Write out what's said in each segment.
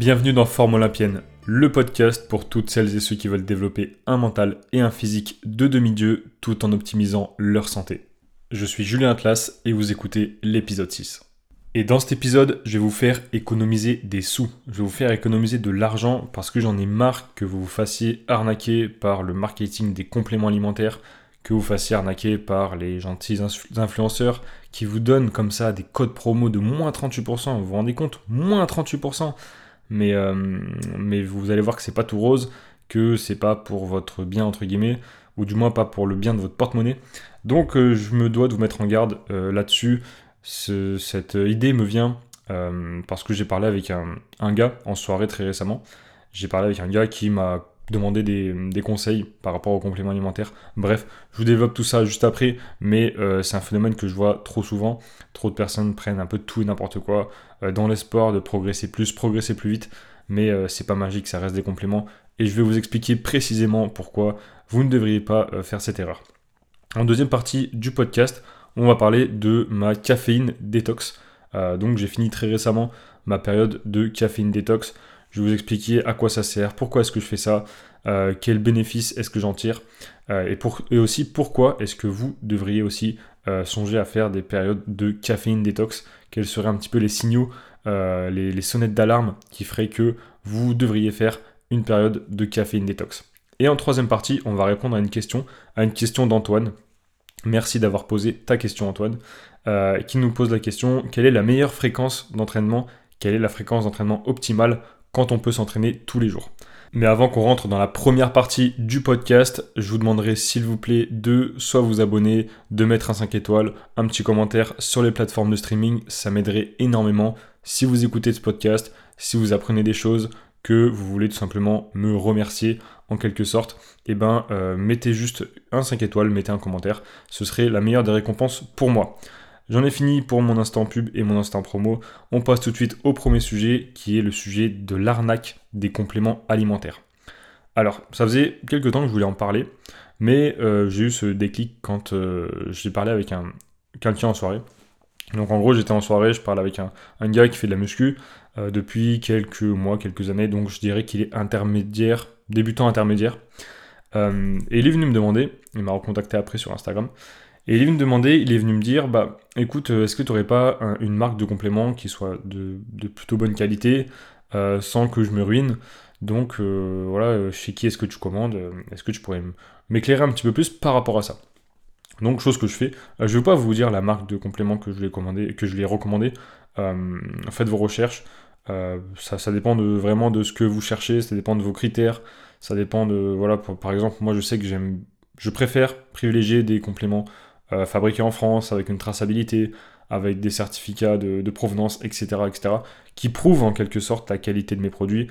Bienvenue dans Forme Olympienne, le podcast pour toutes celles et ceux qui veulent développer un mental et un physique de demi-dieu tout en optimisant leur santé. Je suis Julien Atlas et vous écoutez l'épisode 6. Et dans cet épisode, je vais vous faire économiser des sous. Je vais vous faire économiser de l'argent parce que j'en ai marre que vous vous fassiez arnaquer par le marketing des compléments alimentaires, que vous fassiez arnaquer par les gentils influenceurs qui vous donnent comme ça des codes promo de moins 38%. Vous vous rendez compte ? Moins 38%. Mais vous allez voir que c'est pas tout rose, que c'est pas pour votre bien entre guillemets, ou du moins pas pour le bien de votre porte-monnaie. Donc je me dois de vous mettre en garde là-dessus. Cette idée me vient parce que j'ai parlé avec un gars en soirée très récemment. J'ai parlé avec un gars qui m'a demandé des conseils par rapport aux compléments alimentaires. Bref, je vous développe tout ça juste après, mais c'est un phénomène que je vois trop souvent. Trop de personnes prennent un peu de tout et n'importe quoi dans l'espoir de progresser plus vite, mais c'est pas magique, ça reste des compléments. Et je vais vous expliquer précisément pourquoi vous ne devriez pas faire cette erreur. En deuxième partie du podcast, on va parler de ma caféine détox. Donc j'ai fini très récemment ma période de caféine détox. Je vais vous expliquer à quoi ça sert, pourquoi est-ce que je fais ça, quels bénéfices est-ce que j'en tire, et aussi pourquoi est-ce que vous devriez aussi songer à faire des périodes de caféine détox, quels seraient un petit peu les signaux, les sonnettes d'alarme qui feraient que vous devriez faire une période de caféine détox. Et en troisième partie, on va répondre à une question d'Antoine. Merci d'avoir posé ta question, Antoine, qui nous pose la question: quelle est la meilleure fréquence d'entraînement? Quelle est la fréquence d'entraînement optimale quand on peut s'entraîner tous les jours? Mais avant qu'on rentre dans la première partie du podcast, je vous demanderai s'il vous plaît de soit vous abonner, de mettre un 5 étoiles, un petit commentaire sur les plateformes de streaming, ça m'aiderait énormément. Si vous écoutez ce podcast, si vous apprenez des choses, que vous voulez tout simplement me remercier en quelque sorte, mettez juste un 5 étoiles, mettez un commentaire, ce serait la meilleure des récompenses pour moi. J'en ai fini pour mon instant pub et mon instant promo. On passe tout de suite au premier sujet qui est le sujet de l'arnaque des compléments alimentaires. Alors, ça faisait quelques temps que je voulais en parler, mais j'ai eu ce déclic quand j'ai parlé avec quelqu'un en soirée. Donc en gros, j'étais en soirée, je parle avec un gars qui fait de la muscu depuis quelques mois, quelques années, donc je dirais qu'il est débutant intermédiaire. Et il est venu me demander, il m'a recontacté après sur Instagram, et il est venu me dire, écoute, est-ce que tu n'aurais pas une marque de complément qui soit de plutôt bonne qualité, sans que je me ruine? Donc chez qui est-ce que tu commandes? Est-ce que tu pourrais m'éclairer un petit peu plus par rapport à ça? Donc chose que je fais, je ne vais pas vous dire la marque de complément que je lui ai recommandé. Faites vos recherches, ça dépend vraiment de ce que vous cherchez, ça dépend de vos critères, ça dépend de, par exemple, moi je sais que je préfère privilégier des compléments fabriqués en France, avec une traçabilité, avec des certificats de provenance, etc., qui prouvent en quelque sorte la qualité de mes produits,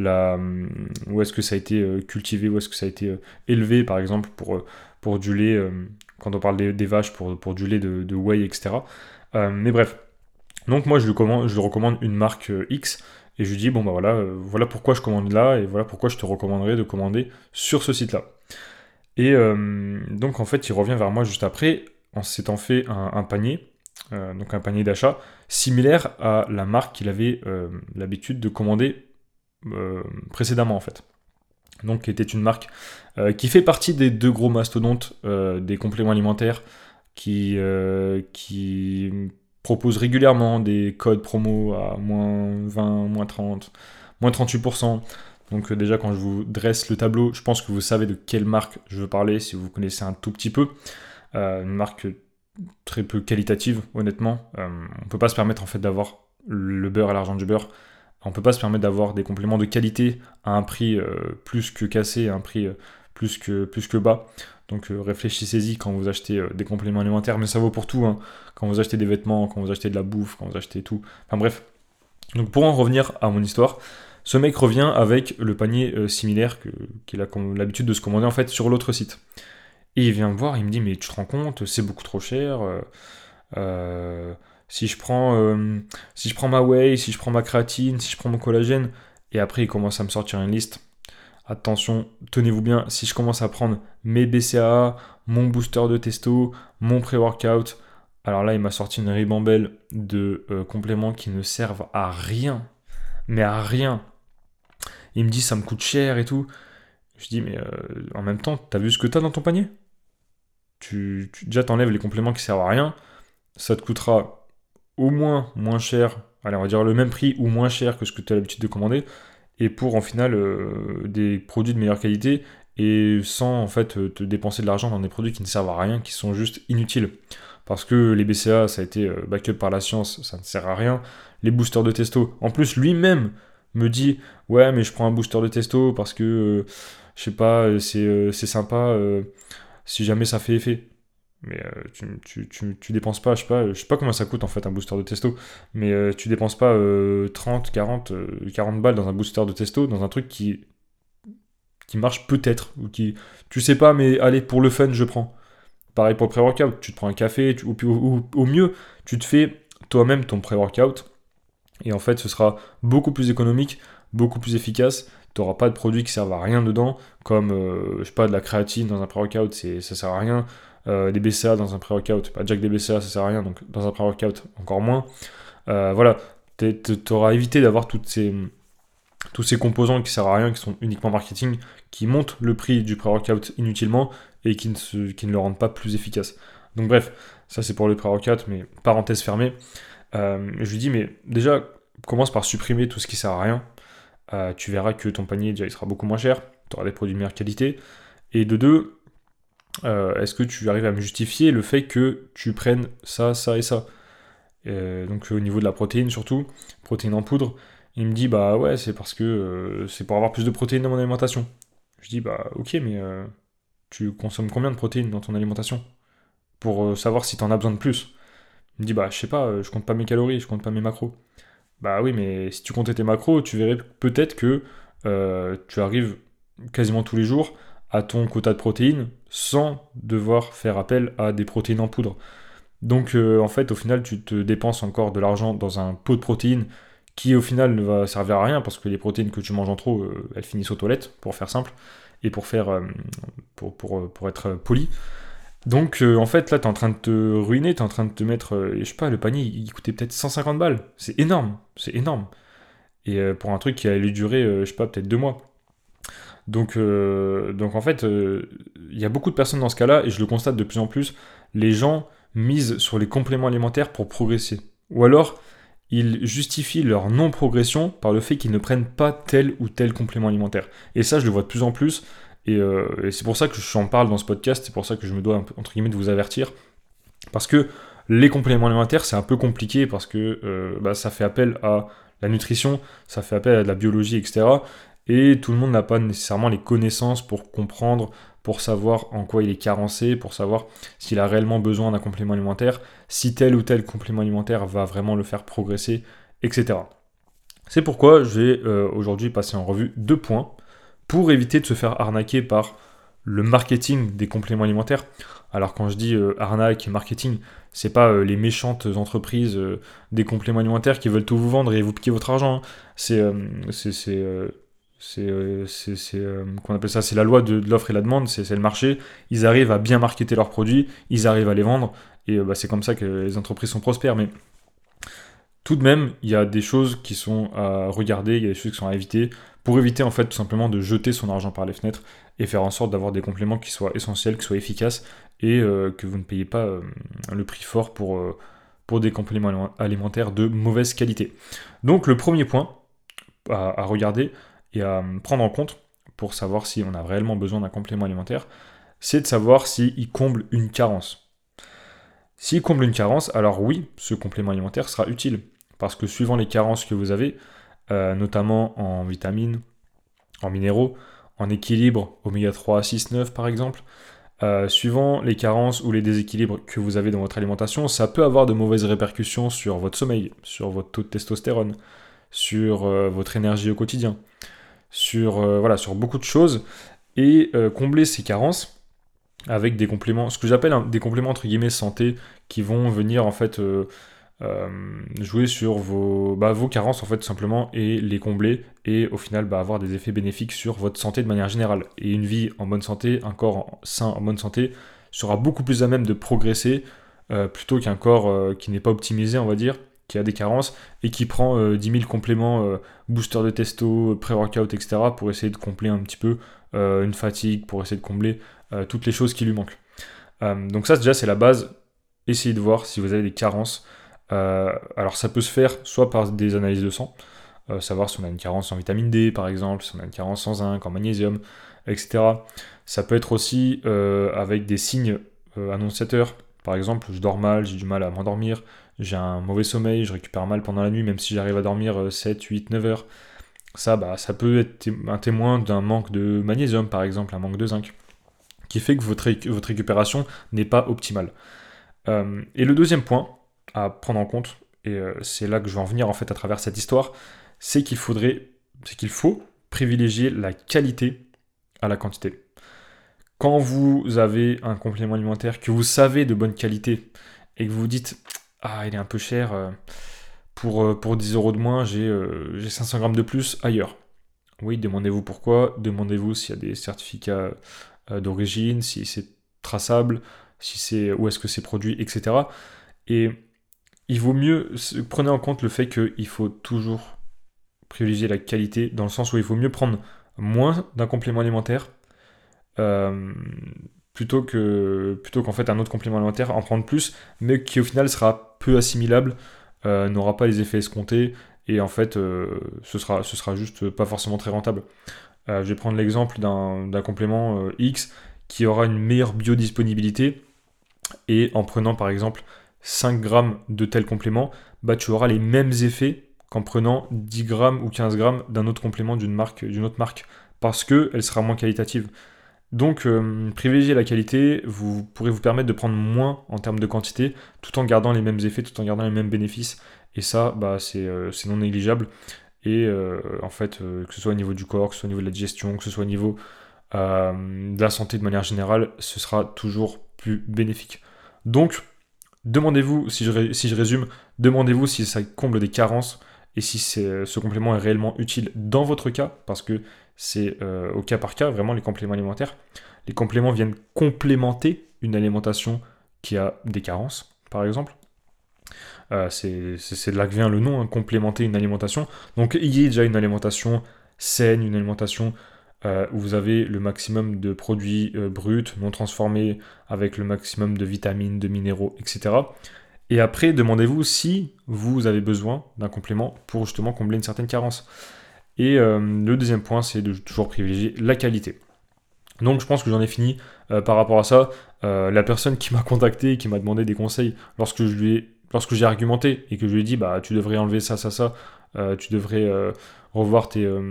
où est-ce que ça a été cultivé, où est-ce que ça a été élevé, par exemple, pour du lait, quand on parle des vaches, pour du lait de whey, etc. Mais bref, donc moi je lui recommande une marque X, et je lui dis, voilà pourquoi je commande là, et voilà pourquoi je te recommanderais de commander sur ce site-là. Et donc en fait, il revient vers moi juste après, en s'étant fait un panier, donc un panier d'achat, similaire à la marque qu'il avait l'habitude de commander précédemment en fait. Donc qui était une marque qui fait partie des deux gros mastodontes des compléments alimentaires, qui propose régulièrement des codes promo à moins 20, moins 30, moins 38%. Donc déjà quand je vous dresse le tableau, je pense que vous savez de quelle marque je veux parler si vous connaissez un tout petit peu. Une marque très peu qualitative, honnêtement. On ne peut pas se permettre en fait d'avoir le beurre à l'argent du beurre. On ne peut pas se permettre d'avoir des compléments de qualité à un prix plus que cassé, à un prix plus que bas. Donc réfléchissez-y quand vous achetez des compléments alimentaires, mais ça vaut pour tout, hein. Quand vous achetez des vêtements, quand vous achetez de la bouffe, quand vous achetez tout. Enfin bref. Donc pour en revenir à mon histoire, ce mec revient avec le panier similaire qu'il a l'habitude de se commander en fait sur l'autre site. Et il vient me voir, il me dit, mais tu te rends compte, c'est beaucoup trop cher. Si je prends ma whey, si je prends ma créatine, si je prends mon collagène, et après il commence à me sortir une liste. Attention, tenez-vous bien, si je commence à prendre mes BCAA, mon booster de testo, mon pré-workout, alors là il m'a sorti une ribambelle de compléments qui ne servent à rien, mais à rien. Il me dit ça me coûte cher et tout. Je dis mais en même temps, t'as vu ce que t'as dans ton panier? Déjà t'enlèves les compléments qui servent à rien, ça te coûtera au moins moins cher, allez on va dire le même prix ou moins cher que ce que tu as l'habitude de commander, et pour en final des produits de meilleure qualité, et sans en fait te dépenser de l'argent dans des produits qui ne servent à rien, qui sont juste inutiles. Parce que les BCA, ça a été back-up par la science, ça ne sert à rien. Les boosters de testo, en plus lui-même me dit ouais mais je prends un booster de testo parce que je sais pas, c'est sympa si jamais ça fait effet. Mais tu dépenses pas, je sais pas combien ça coûte en fait un booster de testo, mais tu dépenses pas 30, 40, 40 balles dans un booster de testo, dans un truc qui marche peut-être, ou qui, tu sais pas, mais allez, pour le fun, je prends. Pareil pour le pré-workout, tu te prends un café, ou au mieux, tu te fais toi-même ton pré-workout, et en fait, ce sera beaucoup plus économique, beaucoup plus efficace. Tu n'auras pas de produits qui servent à rien dedans, comme, je sais pas, de la créatine dans un pré-workout, ça sert à rien. Des BCA dans un pré-workout, pas Jack des BCA, ça sert à rien, donc dans un pré-workout, encore moins. Voilà, tu auras évité d'avoir tous ces composants qui servent à rien, qui sont uniquement marketing, qui montent le prix du pré-workout inutilement et qui ne le rendent pas plus efficace. Donc bref, ça c'est pour le pré-workout, mais parenthèse fermée. Je lui dis, mais déjà, commence par supprimer tout ce qui sert à rien. Tu verras que ton panier, déjà, il sera beaucoup moins cher. Tu auras des produits de meilleure qualité. Et de deux, est-ce que tu arrives à me justifier le fait que tu prennes ça, ça et ça? Donc au niveau de la protéine surtout, protéines en poudre, il me dit bah ouais c'est parce que c'est pour avoir plus de protéines dans mon alimentation. Je dis bah ok mais tu consommes combien de protéines dans ton alimentation? Pour savoir si tu en as besoin de plus. Il me dit bah je sais pas, je compte pas mes calories, je compte pas mes macros. Bah oui mais si tu comptais tes macros, tu verrais peut-être que tu arrives quasiment tous les jours à ton quota de protéines sans devoir faire appel à des protéines en poudre. Donc en fait au final tu te dépenses encore de l'argent dans un pot de protéines qui au final ne va servir à rien parce que les protéines que tu manges en trop elles finissent aux toilettes pour faire simple et pour faire pour être poli. Donc en fait là t'es en train de te ruiner, t'es en train de te mettre je sais pas le panier il coûtait peut-être 150 balles. C'est énorme, c'est énorme. Et pour un truc qui allait durer je sais pas peut-être 2 mois. Donc en fait, il y a beaucoup de personnes dans ce cas-là, et je le constate de plus en plus, les gens misent sur les compléments alimentaires pour progresser. Ou alors, ils justifient leur non-progression par le fait qu'ils ne prennent pas tel ou tel complément alimentaire. Et ça, je le vois de plus en plus, et c'est pour ça que j'en parle dans ce podcast, c'est pour ça que je me dois, entre guillemets, de vous avertir. Parce que les compléments alimentaires, c'est un peu compliqué, parce que ça fait appel à la nutrition, ça fait appel à de la biologie, etc. Et tout le monde n'a pas nécessairement les connaissances pour comprendre, pour savoir en quoi il est carencé, pour savoir s'il a réellement besoin d'un complément alimentaire, si tel ou tel complément alimentaire va vraiment le faire progresser, etc. C'est pourquoi je vais aujourd'hui passer en revue 2 points pour éviter de se faire arnaquer par le marketing des compléments alimentaires. Alors quand je dis arnaque et marketing, c'est pas les méchantes entreprises des compléments alimentaires qui veulent tout vous vendre et vous piquer votre argent. Hein. Qu'on appelle ça, c'est la loi de l'offre et la demande, c'est le marché. Ils arrivent à bien marketer leurs produits, ils arrivent à les vendre, et c'est comme ça que les entreprises sont prospères. Mais tout de même, il y a des choses qui sont à regarder, il y a des choses qui sont à éviter, pour éviter en fait tout simplement de jeter son argent par les fenêtres et faire en sorte d'avoir des compléments qui soient essentiels, qui soient efficaces, et que vous ne payez pas le prix fort pour des compléments alimentaires de mauvaise qualité. Donc le premier point à regarder et à prendre en compte pour savoir si on a réellement besoin d'un complément alimentaire, c'est de savoir s'il comble une carence. S'il comble une carence, alors oui, ce complément alimentaire sera utile. Parce que suivant les carences que vous avez, notamment en vitamines, en minéraux, en équilibre oméga 3, 6, 9 par exemple, suivant les carences ou les déséquilibres que vous avez dans votre alimentation, ça peut avoir de mauvaises répercussions sur votre sommeil, sur votre taux de testostérone, sur votre énergie au quotidien, sur beaucoup de choses, et combler ces carences avec des compléments, ce que j'appelle des compléments entre guillemets santé, qui vont venir en fait jouer sur vos carences en fait tout simplement et les combler, et au final avoir des effets bénéfiques sur votre santé de manière générale. Et une vie en bonne santé, un corps sain en bonne santé sera beaucoup plus à même de progresser plutôt qu'un corps qui n'est pas optimisé, on va dire, qui a des carences et qui prend 10 000 compléments, booster de testo, pré-workout, etc. pour essayer de combler un petit peu une fatigue, pour essayer de combler toutes les choses qui lui manquent. Donc ça déjà c'est la base, essayez de voir si vous avez des carences. Alors ça peut se faire soit par des analyses de sang, savoir si on a une carence en vitamine D par exemple, si on a une carence en zinc, en magnésium, etc. Ça peut être aussi avec des signes annonciateurs. Par exemple, je dors mal, j'ai du mal à m'endormir, j'ai un mauvais sommeil, je récupère mal pendant la nuit, même si j'arrive à dormir 7, 8, 9 heures. Ça, ça peut être un témoin d'un manque de magnésium, par exemple, un manque de zinc, qui fait que votre récupération n'est pas optimale. Et le deuxième point à prendre en compte, et c'est là que je vais en venir en fait à travers cette histoire, c'est qu'il faut privilégier la qualité à la quantité. Quand vous avez un complément alimentaire que vous savez de bonne qualité et que vous vous dites ah il est un peu cher, pour 10 euros de moins j'ai 500 grammes de plus ailleurs. Oui, demandez-vous pourquoi, demandez-vous s'il y a des certificats d'origine, si c'est traçable, où est-ce que c'est produit, etc. Et il vaut mieux, prenez en compte le fait qu'il faut toujours privilégier la qualité, dans le sens où il vaut mieux prendre moins d'un complément alimentaire plutôt qu'en fait un autre complément alimentaire en prendre plus, mais qui au final sera peu assimilable, n'aura pas les effets escomptés, et en fait ce sera juste pas forcément très rentable. Je vais prendre l'exemple d'un complément X qui aura une meilleure biodisponibilité, et en prenant par exemple 5 grammes de tel complément, tu auras les mêmes effets qu'en prenant 10 grammes ou 15 grammes d'un autre complément d'une autre marque, parce qu'elle sera moins qualitative. Donc, privilégier la qualité pourrez vous permettre de prendre moins en termes de quantité, tout en gardant les mêmes effets, tout en gardant les mêmes bénéfices. Et ça, c'est non négligeable. Et en fait, que ce soit au niveau du corps, que ce soit au niveau de la digestion, que ce soit au niveau de la santé de manière générale, ce sera toujours plus bénéfique. Donc, demandez-vous, si je résume, demandez-vous si ça comble des carences et si ce complément est réellement utile dans votre cas, parce que c'est au cas par cas, vraiment les compléments alimentaires. Les compléments viennent complémenter une alimentation qui a des carences, par exemple. C'est de là que vient le nom, hein, complémenter une alimentation. Donc il y a déjà une alimentation saine, une alimentation où vous avez le maximum de produits bruts, non transformés, avec le maximum de vitamines, de minéraux, etc. Et après, demandez-vous si vous avez besoin d'un complément pour justement combler une certaine carence. Et le deuxième point, c'est de toujours privilégier la qualité. Donc je pense que j'en ai fini par rapport à ça. La personne qui m'a contacté, qui m'a demandé des conseils lorsque j'ai argumenté et que je lui ai dit tu devrais enlever ça, tu devrais revoir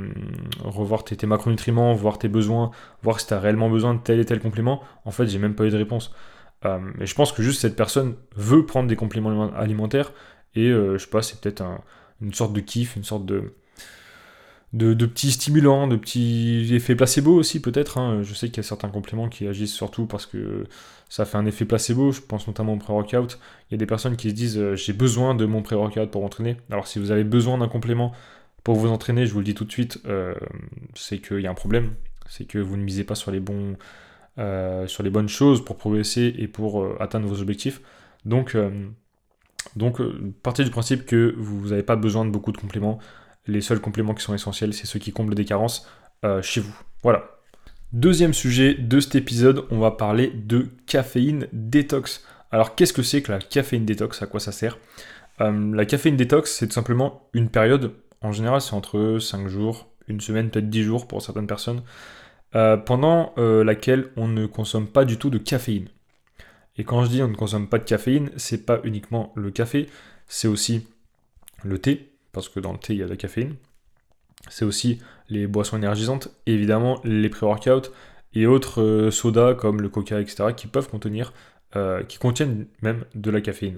tes macronutriments, voir tes besoins, voir si tu as réellement besoin de tel et tel complément, en fait j'ai même pas eu de réponse. Et je pense que juste cette personne veut prendre des compléments alimentaires et je sais pas, c'est peut-être une sorte de kiff, une sorte de petits stimulants, de petits effets placebo aussi peut-être, hein. Je sais qu'il y a certains compléments qui agissent surtout parce que ça fait un effet placebo, je pense notamment au pré-workout. Il y a des personnes qui se disent j'ai besoin de mon pré-workout pour m'entraîner. Alors si vous avez besoin d'un complément pour vous entraîner, je vous le dis tout de suite, c'est qu'il y a un problème, c'est que vous ne misez pas sur les bonnes choses pour progresser et pour atteindre vos objectifs. Donc partez du principe que vous n'avez pas besoin de beaucoup de compléments. Les seuls compléments qui sont essentiels, c'est ceux qui comblent des carences chez vous. Voilà. Deuxième sujet de cet épisode, on va parler de caféine détox. Alors qu'est-ce que c'est que la caféine détox? À quoi ça sert? La caféine détox, c'est tout simplement une période, en général c'est entre 5 jours, une semaine, peut-être 10 jours pour certaines personnes, pendant laquelle on ne consomme pas du tout de caféine. Et quand je dis on ne consomme pas de caféine, c'est pas uniquement le café, c'est aussi le thé, parce que dans le thé il y a de la caféine. C'est aussi les boissons énergisantes, et évidemment les pré-workouts et autres sodas comme le coca, etc. qui contiennent même de la caféine.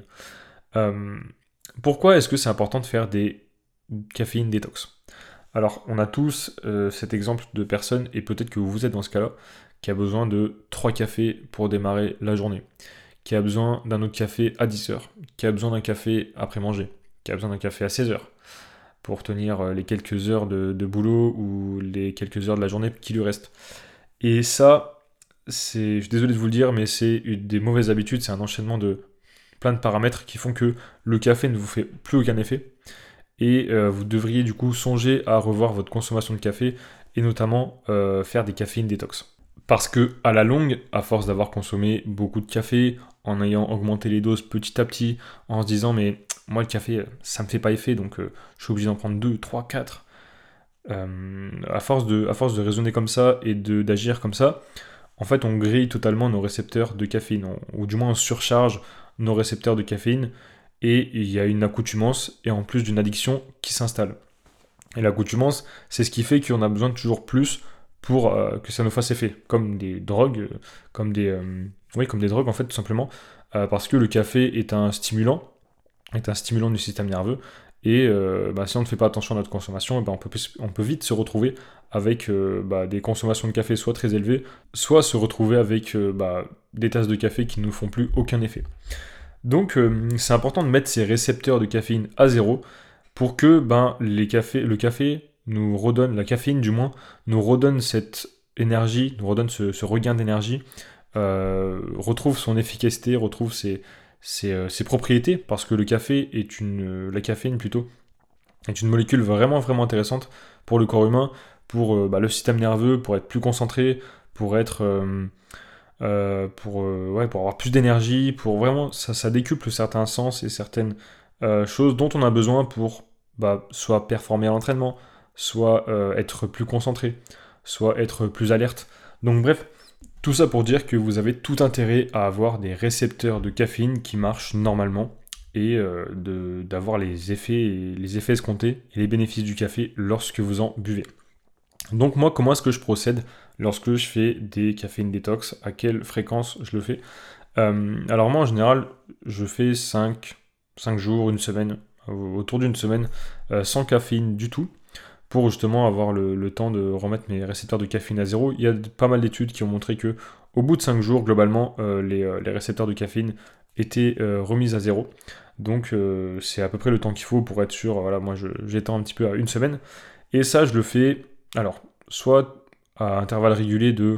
Pourquoi est-ce que c'est important de faire des caféines détox? Alors on a tous cet exemple de personne, et peut-être que vous êtes dans ce cas-là, qui a besoin de 3 cafés pour démarrer la journée, qui a besoin d'un autre café à 10h, qui a besoin d'un café après manger, qui a besoin d'un café à 16h, pour tenir les quelques heures de boulot ou les quelques heures de la journée qui lui restent. Et ça, je suis désolé de vous le dire, mais c'est une des mauvaises habitudes, c'est un enchaînement de plein de paramètres qui font que le café ne vous fait plus aucun effet. Et vous devriez du coup songer à revoir votre consommation de café et notamment faire des caféines détox. Parce que à la longue, à force d'avoir consommé beaucoup de café, en ayant augmenté les doses petit à petit, en se disant mais moi le café ça me fait pas effet donc je suis obligé d'en prendre 2, 3, 4. À force de raisonner comme ça et d'agir comme ça, en fait on grille totalement nos récepteurs de caféine, ou du moins on surcharge nos récepteurs de caféine et il y a une accoutumance et en plus d'une addiction qui s'installe. Et l'accoutumance, c'est ce qui fait qu'on a besoin de toujours plus pour que ça nous fasse effet, comme des drogues, comme des drogues en fait tout simplement, parce que le café est un stimulant du système nerveux, et si on ne fait pas attention à notre consommation, on peut vite se retrouver avec des consommations de café soit très élevées, soit se retrouver avec des tasses de café qui ne nous font plus aucun effet. Donc c'est important de mettre ces récepteurs de caféine à zéro pour que le café nous redonne, la caféine du moins, nous redonne cette énergie, nous redonne ce regain d'énergie, retrouve son efficacité, retrouve ses propriétés, parce que la caféine plutôt, est une molécule vraiment vraiment intéressante pour le corps humain, pour le système nerveux, pour être plus concentré, pour être pour avoir plus d'énergie, pour vraiment ça décuple certains sens et certaines choses dont on a besoin pour soit performer à l'entraînement, soit être plus concentré, soit être plus alerte. Donc bref, tout ça pour dire que vous avez tout intérêt à avoir des récepteurs de caféine qui marchent normalement et d'avoir les effets escomptés et les bénéfices du café lorsque vous en buvez. Donc moi, comment est-ce que je procède lorsque je fais des caféines détox? À quelle fréquence je le fais? Alors moi, en général, je fais 5 jours, une semaine, autour d'une semaine, sans caféine du tout, pour justement avoir le temps de remettre mes récepteurs de caféine à zéro. Il y a pas mal d'études qui ont montré que au bout de 5 jours, globalement, les récepteurs de caféine étaient remis à zéro. Donc c'est à peu près le temps qu'il faut pour être sûr. Voilà, moi j'étends un petit peu à une semaine. Et ça, je le fais, alors, soit à intervalles réguliers de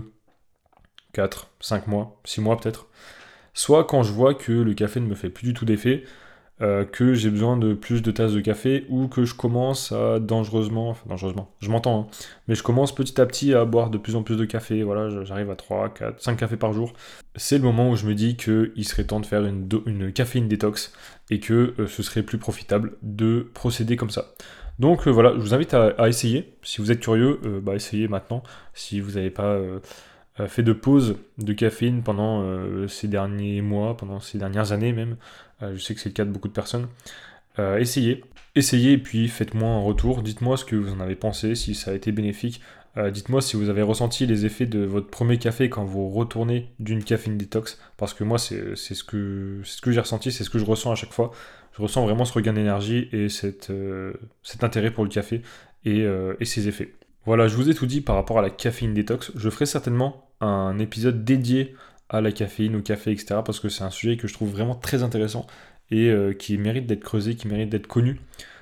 4, 5 mois, 6 mois peut-être, soit quand je vois que le café ne me fait plus du tout d'effet, que j'ai besoin de plus de tasses de café, ou que je commence à dangereusement, je m'entends, hein, mais je commence petit à petit à boire de plus en plus de café, voilà, j'arrive à 3, 4, 5 cafés par jour. C'est le moment où je me dis qu'il serait temps de faire une caféine détox, et que ce serait plus profitable de procéder comme ça. Donc voilà, je vous invite à essayer. Si vous êtes curieux, essayez maintenant. Si vous n'avez pas fait de pause de caféine pendant ces derniers mois, pendant ces dernières années même, je sais que c'est le cas de beaucoup de personnes, essayez. Essayez et puis faites-moi un retour. Dites-moi ce que vous en avez pensé, si ça a été bénéfique. Dites-moi si vous avez ressenti les effets de votre premier café quand vous retournez d'une caféine détox, parce que moi c'est ce que j'ai ressenti, c'est ce que je ressens à chaque fois. Je ressens vraiment ce regain d'énergie et cet intérêt pour le café et ses effets. Voilà, je vous ai tout dit par rapport à la caféine détox. Je ferai certainement un épisode dédié à la caféine, au café, etc. parce que c'est un sujet que je trouve vraiment très intéressant et qui mérite d'être creusé, qui mérite d'être connu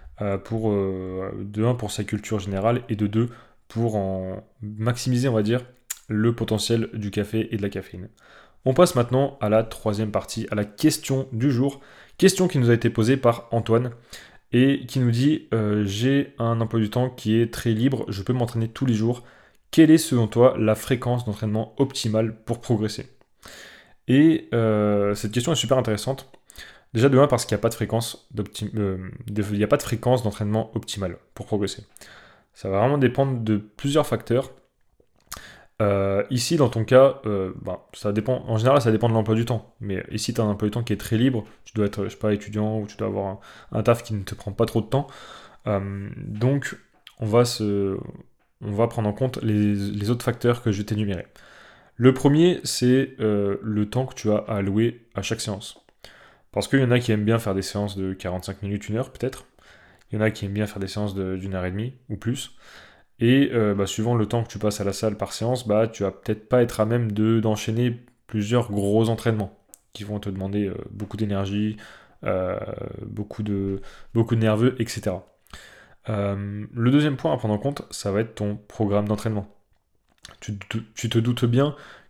de un pour sa culture générale et de deux pour en maximiser, on va dire, le potentiel du café et de la caféine. On passe maintenant à la troisième partie, à la question du jour. Question qui nous a été posée par Antoine et qui nous dit j'ai un emploi du temps qui est très libre, je peux m'entraîner tous les jours. Quelle est selon toi la fréquence d'entraînement optimale pour progresser? Et cette question est super intéressante. Déjà de 1 parce qu'il n'y a pas de fréquence d'entraînement optimale pour progresser. Ça va vraiment dépendre de plusieurs facteurs. Ici, dans ton cas, ça dépend. En général, ça dépend de l'emploi du temps. Mais ici, tu as un emploi du temps qui est très libre. Tu dois être, je sais pas, étudiant ou tu dois avoir un taf qui ne te prend pas trop de temps. Donc, on va prendre en compte les autres facteurs que je vais t'énumérer. Le premier, c'est le temps que tu as à allouer à chaque séance. Parce qu'il y en a qui aiment bien faire des séances de 45 minutes, 1 heure peut-être. Il y en a qui aiment bien faire des séances d'une heure et demie ou plus. Et suivant le temps que tu passes à la salle par séance, tu vas peut-être pas être à même d'enchaîner plusieurs gros entraînements qui vont te demander beaucoup d'énergie, beaucoup de nerveux, etc. Le deuxième point à prendre en compte, ça va être ton programme d'entraînement. Tu te doutes bien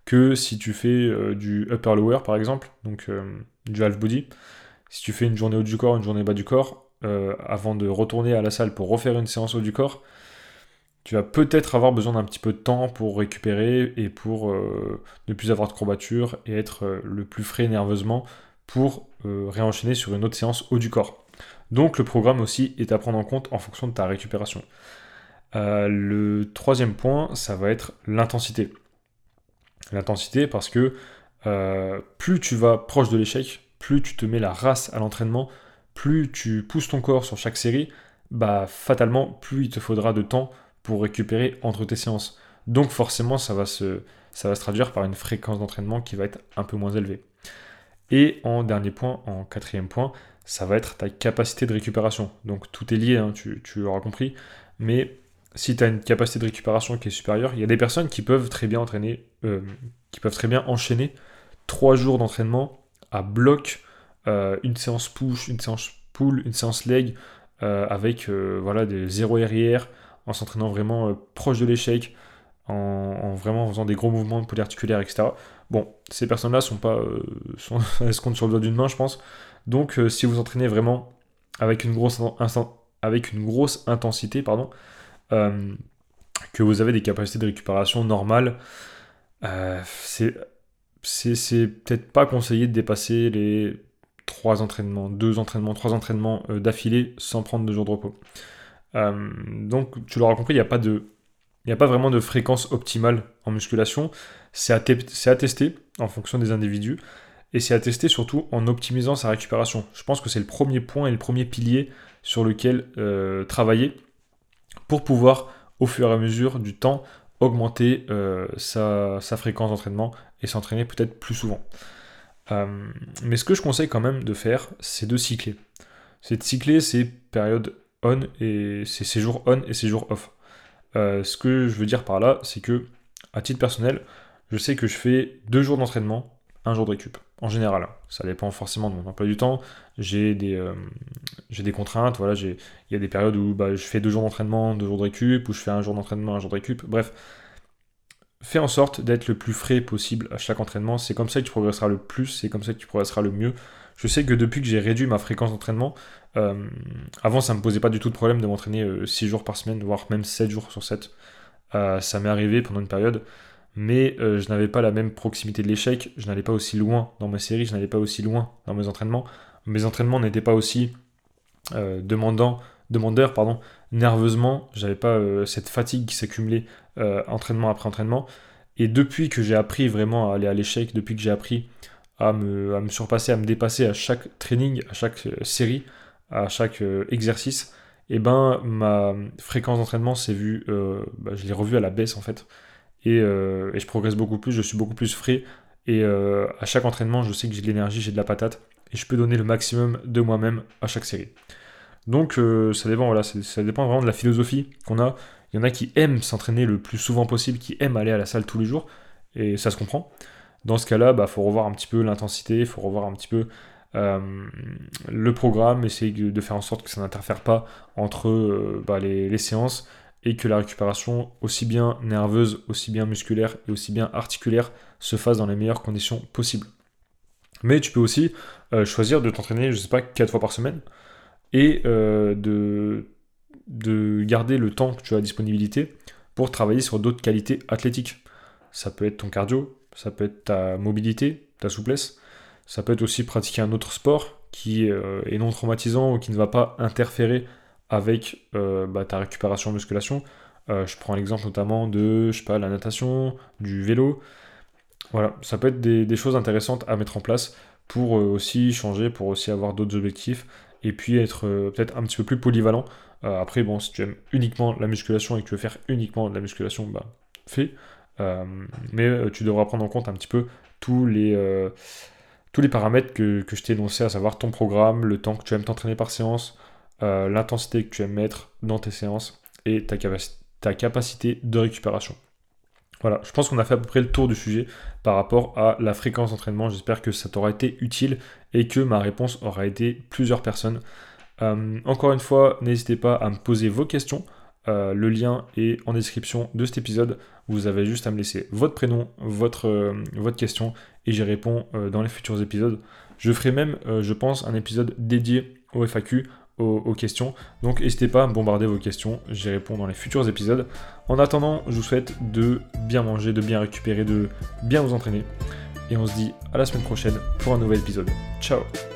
que si tu fais du upper-lower par exemple, donc du half body. Si tu fais une journée haut du corps, une journée bas du corps, avant de retourner à la salle pour refaire une séance haut du corps, tu vas peut-être avoir besoin d'un petit peu de temps pour récupérer et pour ne plus avoir de courbatures et être le plus frais nerveusement pour réenchaîner sur une autre séance haut du corps. Donc le programme aussi est à prendre en compte en fonction de ta récupération. Le troisième point, ça va être l'intensité. L'intensité parce que plus tu vas proche de l'échec, plus tu te mets la race à l'entraînement, plus tu pousses ton corps sur chaque série, bah fatalement, plus il te faudra de temps pour récupérer entre tes séances. Donc forcément, ça va se traduire par une fréquence d'entraînement qui va être un peu moins élevée. Et en dernier point, en quatrième point, ça va être ta capacité de récupération. Donc tout est lié, hein, tu l'auras compris, mais si tu as une capacité de récupération qui est supérieure, il y a des personnes qui peuvent très bien qui peuvent très bien enchaîner 3 jours d'entraînement à bloc, une séance push, une séance pull, une séance leg, avec voilà, des 0 RIR, en s'entraînant vraiment proche de l'échec, en vraiment faisant des gros mouvements polyarticulaires, etc. Bon, ces personnes-là sont pas, elles se comptent sur le doigt d'une main, je pense. Donc, si vous entraînez vraiment avec une grosse, avec une grosse intensité, pardon, euh, que vous avez des capacités de récupération normales, c'est peut-être pas conseillé de dépasser les 3 entraînements, 2 entraînements, 3 entraînements d'affilée sans prendre 2 jours de repos. Donc, tu l'auras compris, il n'y a pas vraiment de fréquence optimale en musculation. C'est à tester en fonction des individus. Et c'est à tester surtout en optimisant sa récupération. Je pense que c'est le premier point et le premier pilier sur lequel travailler pour pouvoir, au fur et à mesure du temps, augmenter sa fréquence d'entraînement et s'entraîner peut-être plus souvent. Mais ce que je conseille quand même de faire, c'est de cycler. C'est de cycler ces périodes on et ces jours on et ces jours off. Ce que je veux dire par là, c'est que, à titre personnel, je sais que je fais 2 jours d'entraînement, 1 jour de récup. En général, hein. Ça dépend forcément de mon emploi du temps. J'ai des contraintes. Voilà, il y a des périodes où je fais 2 jours d'entraînement, 2 jours de récup, où je fais 1 jour d'entraînement, 1 jour de récup. Bref, fais en sorte d'être le plus frais possible à chaque entraînement. C'est comme ça que tu progresseras le plus, c'est comme ça que tu progresseras le mieux. Je sais que depuis que j'ai réduit ma fréquence d'entraînement, avant ça me posait pas du tout de problème de m'entraîner 6 jours par semaine, voire même 7 jours sur 7. Ça m'est arrivé pendant une période, mais je n'avais pas la même proximité de l'échec, je n'allais pas aussi loin dans mes séries, je n'allais pas aussi loin dans mes entraînements. Mes entraînements n'étaient pas aussi demandeurs, nerveusement, j'avais pas cette fatigue qui s'accumulait entraînement après entraînement. Et depuis que j'ai appris vraiment à aller à l'échec, depuis que j'ai appris à me surpasser, à me dépasser à chaque training, à chaque série, à chaque exercice, et ben ma fréquence d'entraînement s'est vue, je l'ai revue à la baisse en fait, et je progresse beaucoup plus, je suis beaucoup plus frais, et à chaque entraînement, je sais que j'ai de l'énergie, j'ai de la patate, et je peux donner le maximum de moi-même à chaque série. Donc ça dépend, voilà, ça dépend vraiment de la philosophie qu'on a. Il y en a qui aiment s'entraîner le plus souvent possible, qui aiment aller à la salle tous les jours, et ça se comprend. Dans ce cas-là, faut revoir un petit peu l'intensité, il faut revoir un petit peu le programme, essayer de faire en sorte que ça n'interfère pas entre les séances et que la récupération, aussi bien nerveuse, aussi bien musculaire et aussi bien articulaire, se fasse dans les meilleures conditions possibles. Mais tu peux aussi choisir de t'entraîner, je sais pas, 4 fois par semaine et de garder le temps que tu as à disponibilité pour travailler sur d'autres qualités athlétiques. Ça peut être ton cardio, ça peut être ta mobilité, ta souplesse, ça peut être aussi pratiquer un autre sport qui est non traumatisant ou qui ne va pas interférer avec ta récupération musculation. Je prends l'exemple notamment de, je sais pas, la natation, du vélo. Voilà, ça peut être des choses intéressantes à mettre en place pour aussi changer, pour aussi avoir d'autres objectifs et puis être peut-être un petit peu plus polyvalent. Après, bon, si tu aimes uniquement la musculation et que tu veux faire uniquement de la musculation, fais. Mais tu devras prendre en compte un petit peu tous les paramètres que je t'ai énoncés, à savoir ton programme, le temps que tu aimes t'entraîner par séance, l'intensité que tu aimes mettre dans tes séances et ta capacité de récupération. Voilà, je pense qu'on a fait à peu près le tour du sujet par rapport à la fréquence d'entraînement. J'espère que ça t'aura été utile et que ma réponse aura aidé plusieurs personnes. Encore une fois, n'hésitez pas à me poser vos questions. Le lien est en description de cet épisode. Vous avez juste à me laisser votre prénom, votre question, et j'y réponds dans les futurs épisodes. Je ferai même, je pense, un épisode dédié au FAQ, aux questions. Donc n'hésitez pas à me bombarder vos questions, j'y réponds dans les futurs épisodes. En attendant, je vous souhaite de bien manger, de bien récupérer, de bien vous entraîner. Et on se dit à la semaine prochaine pour un nouvel épisode. Ciao!